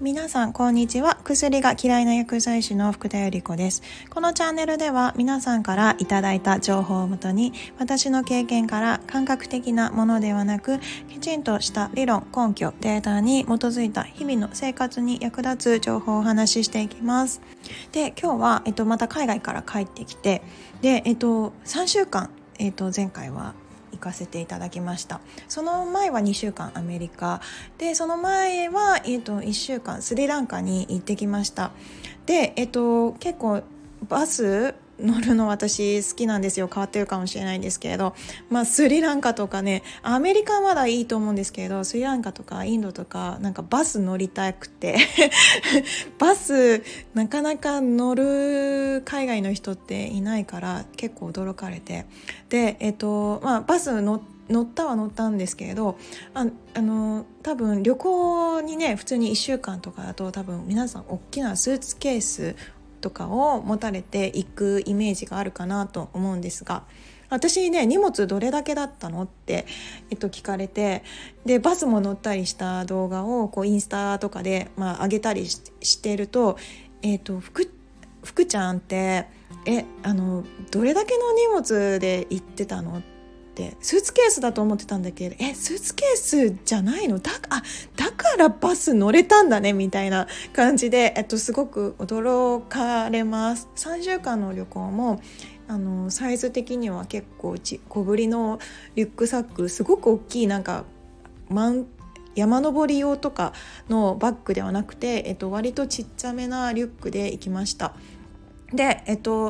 皆さんこんにちは。薬が嫌いな薬剤師の福田由里子です。このチャンネルでは皆さんからいただいた情報をもとに、私の経験から感覚的なものではなく、きちんとした理論、根拠、データに基づいた日々の生活に役立つ情報をお話ししていきます。で、今日は、また海外から帰ってきて、で、3週間、前回は行かせていただきました。その前は2週間アメリカで、その前は、1週間スリランカに行ってきました。で、結構バス乗るの私好きなんですよ。変わってるかもしれないんですけれど、スリランカとかね、アメリカはまだいいと思うんですけれど、スリランカとかインドとかなんかバス乗りたくてバスなかなか乗る海外の人っていないから結構驚かれて、で、バス乗ったんですけれど、多分旅行にね、普通に1週間とかだと多分皆さん大きなスーツケースとかを持たれていくイメージがあるかなと思うんですが、私ね、荷物どれだけだったのって、聞かれて、でバスも乗ったりした動画をこうインスタとかで、上げたりしてると、福ちゃんってどれだけの荷物で行ってたのってスーツケースだと思ってたんだけど、スーツケースじゃないのだからバス乗れたんだねみたいな感じで、すごく驚かれます。3週間の旅行もサイズ的には結構小ぶりのリュックサック、すごく大きいなんか山登り用とかのバッグではなくて、割とちっちゃめなリュックで行きました。で、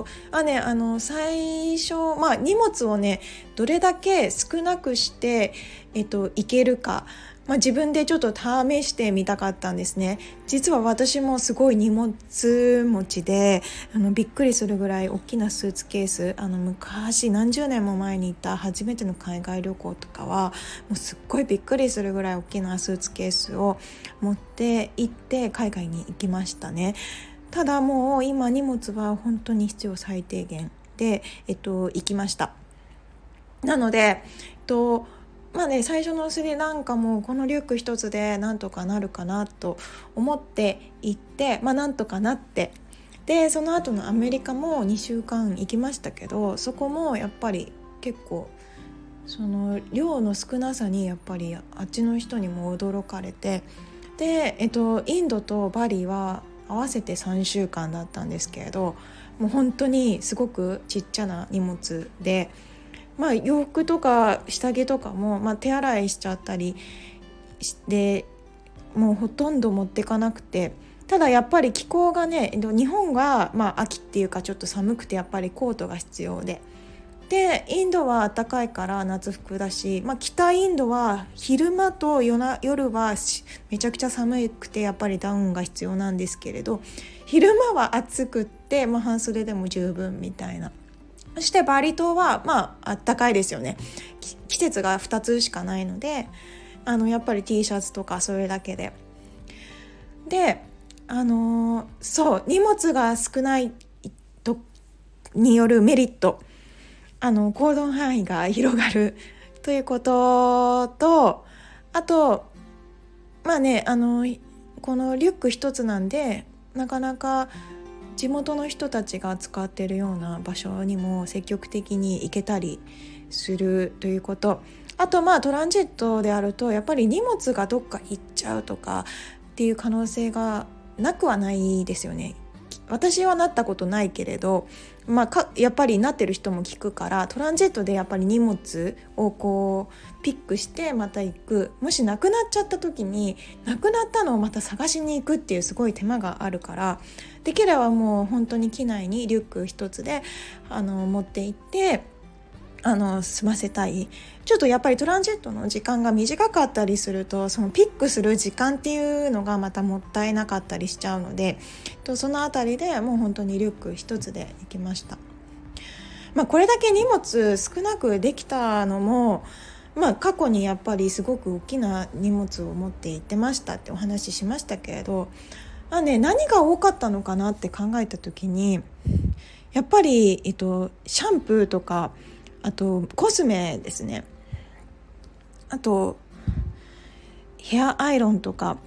最初、荷物をね、どれだけ少なくして、いけるか、自分でちょっと試してみたかったんですね。実は私もすごい荷物持ちで、びっくりするぐらい大きなスーツケース、昔何十年も前に行った初めての海外旅行とかは、もうすっごいびっくりするぐらい大きなスーツケースを持って行って海外に行きましたね。ただもう今荷物は本当に必要最低限で、行きました。なので、最初のスリランカもこのリュック一つでなんとかなるかなと思って行って、なんとかなって、でその後のアメリカも2週間行きましたけど、そこもやっぱり結構その量の少なさにやっぱりあっちの人にも驚かれて、で、インドとバリは合わせて3週間だったんですけれど、もう本当にすごくちっちゃな荷物で、洋服とか下着とかも、手洗いしちゃったりしてもうほとんど持ってかなくて、ただやっぱり気候がね、日本は秋っていうかちょっと寒くてやっぱりコートが必要で、インドは暖かいから夏服だし、北インドは昼間と夜はめちゃくちゃ寒くてやっぱりダウンが必要なんですけれど、昼間は暑くって、半袖でも十分みたいな。そしてバリ島は暖かいですよね。季節が2つしかないので、やっぱり T シャツとかそれだけで、そう荷物が少ないとによるメリット、行動範囲が広がるということと、あとこのリュック一つなんで、なかなか地元の人たちが使っているような場所にも積極的に行けたりするということ、あとトランジットであるとやっぱり荷物がどっか行っちゃうとかっていう可能性がなくはないですよね。私はなったことないけれど、やっぱりなってる人も聞くから、トランジットでやっぱり荷物をこうピックしてまた行く、もしなくなっちゃった時になくなったのをまた探しに行くっていうすごい手間があるから、できればもう本当に機内にリュック一つで持って行って済ませたい。ちょっとやっぱりトランジットの時間が短かったりすると、そのピックする時間っていうのがまたもったいなかったりしちゃうので、そのあたりでもう本当にリュック一つで行きました。これだけ荷物少なくできたのも、過去にやっぱりすごく大きな荷物を持って行ってましたってお話ししましたけれど、何が多かったのかなって考えた時に、やっぱり、シャンプーとか、あとコスメですね、あとヘアアイロンとか、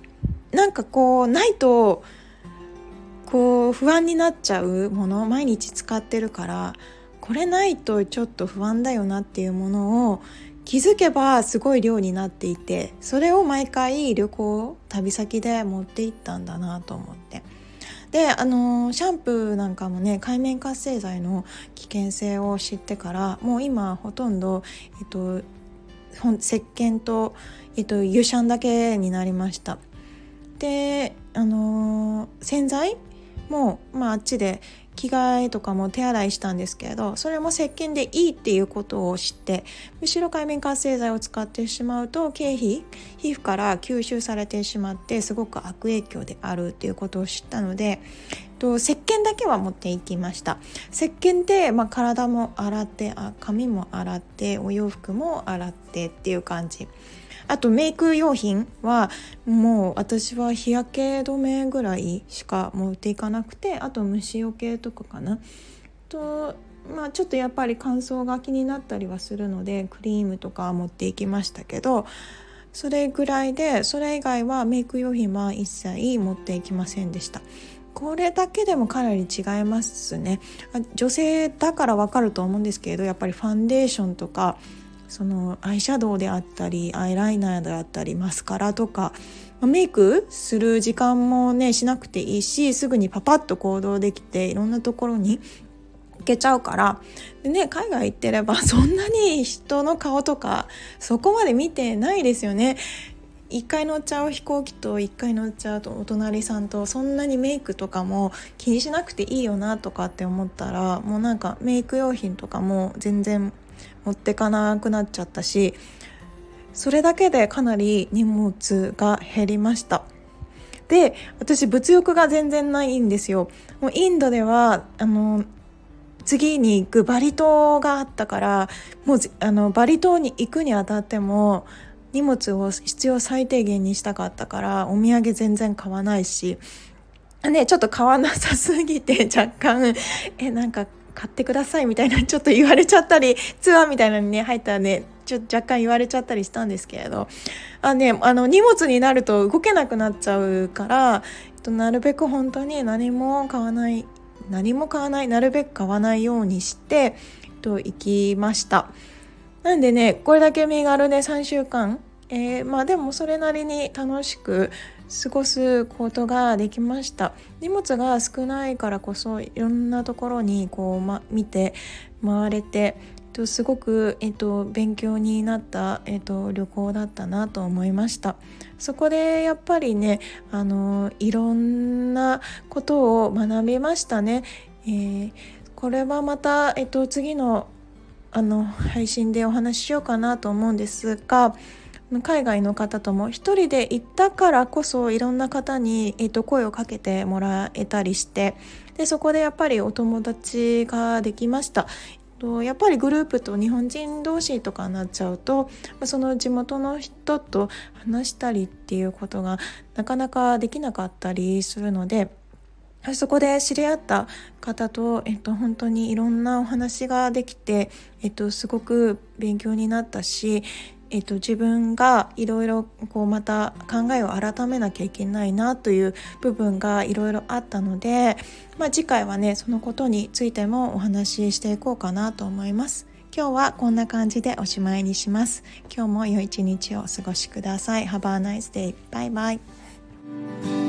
なんかこうないとこう不安になっちゃうもの、毎日使ってるからこれないとちょっと不安だよなっていうものを気づけばすごい量になっていて、それを毎回旅先で持っていったんだなと思って、でシャンプーなんかもね、界面活性剤の危険性を知ってからもう今ほとんど、石鹸と、油シャンだけになりました。で、洗剤も、あっちで着替えとかも手洗いしたんですけれど、それも石鹸でいいっていうことを知って、むしろ界面活性剤を使ってしまうと皮膚から吸収されてしまってすごく悪影響であるっていうことを知ったので、石鹸だけは持っていきました。石鹸で、体も洗って、髪も洗って、お洋服も洗ってっていう感じ。あとメイク用品はもう私は日焼け止めぐらいしか持っていかなくて、あと虫除けとかかなと、ちょっとやっぱり乾燥が気になったりはするのでクリームとか持っていきましたけど、それぐらいで、それ以外はメイク用品は一切持っていきませんでした。これだけでもかなり違いますね。女性だからわかると思うんですけれど、やっぱりファンデーションとかそのアイシャドウであったりアイライナーであったりマスカラとか、メイクする時間もねしなくていいし、すぐにパパッと行動できていろんなところに行けちゃうから。でね、海外行ってればそんなに人の顔とかそこまで見てないですよね。一回乗っちゃう飛行機と一回乗っちゃうとお隣さんと、そんなにメイクとかも気にしなくていいよなとかって思ったら、もうなんかメイク用品とかも全然持ってかなくなっちゃったし、それだけでかなり荷物が減りました。で、私物欲が全然ないんですよ。もうインドでは次に行くバリ島があったから、もうバリ島に行くにあたっても荷物を必要最低限にしたかったから、お土産全然買わないしね、ちょっと買わなさすぎて若干なんか買ってくださいみたいなちょっと言われちゃったり、ツアーみたいなのにね入ったらねちょっと若干言われちゃったりしたんですけれど、荷物になると動けなくなっちゃうから、なるべく本当に何も買わない、なるべく買わないようにして行きました。なんでね、これだけ身軽で3週間、でもそれなりに楽しく過ごすことができました。荷物が少ないからこそいろんなところに見て回れて、すごく、勉強になった、旅行だったなと思いました。そこでやっぱりね、いろんなことを学びましたね。これはまた、次の配信でお話ししようかなと思うんですが、海外の方とも一人で行ったからこそいろんな方に、声をかけてもらえたりして、でそこでやっぱりお友達ができました。やっぱりグループと日本人同士とかになっちゃうと、その地元の人と話したりっていうことがなかなかできなかったりするので、そこで知り合った方と、本当にいろんなお話ができて、すごく勉強になったし、自分がいろいろまた考えを改めなきゃいけないなという部分がいろいろあったので、次回はねそのことについてもお話ししていこうかなと思います。今日はこんな感じでおしまいにします。今日も良い一日をお過ごしください。Have a nice day. バイバイ。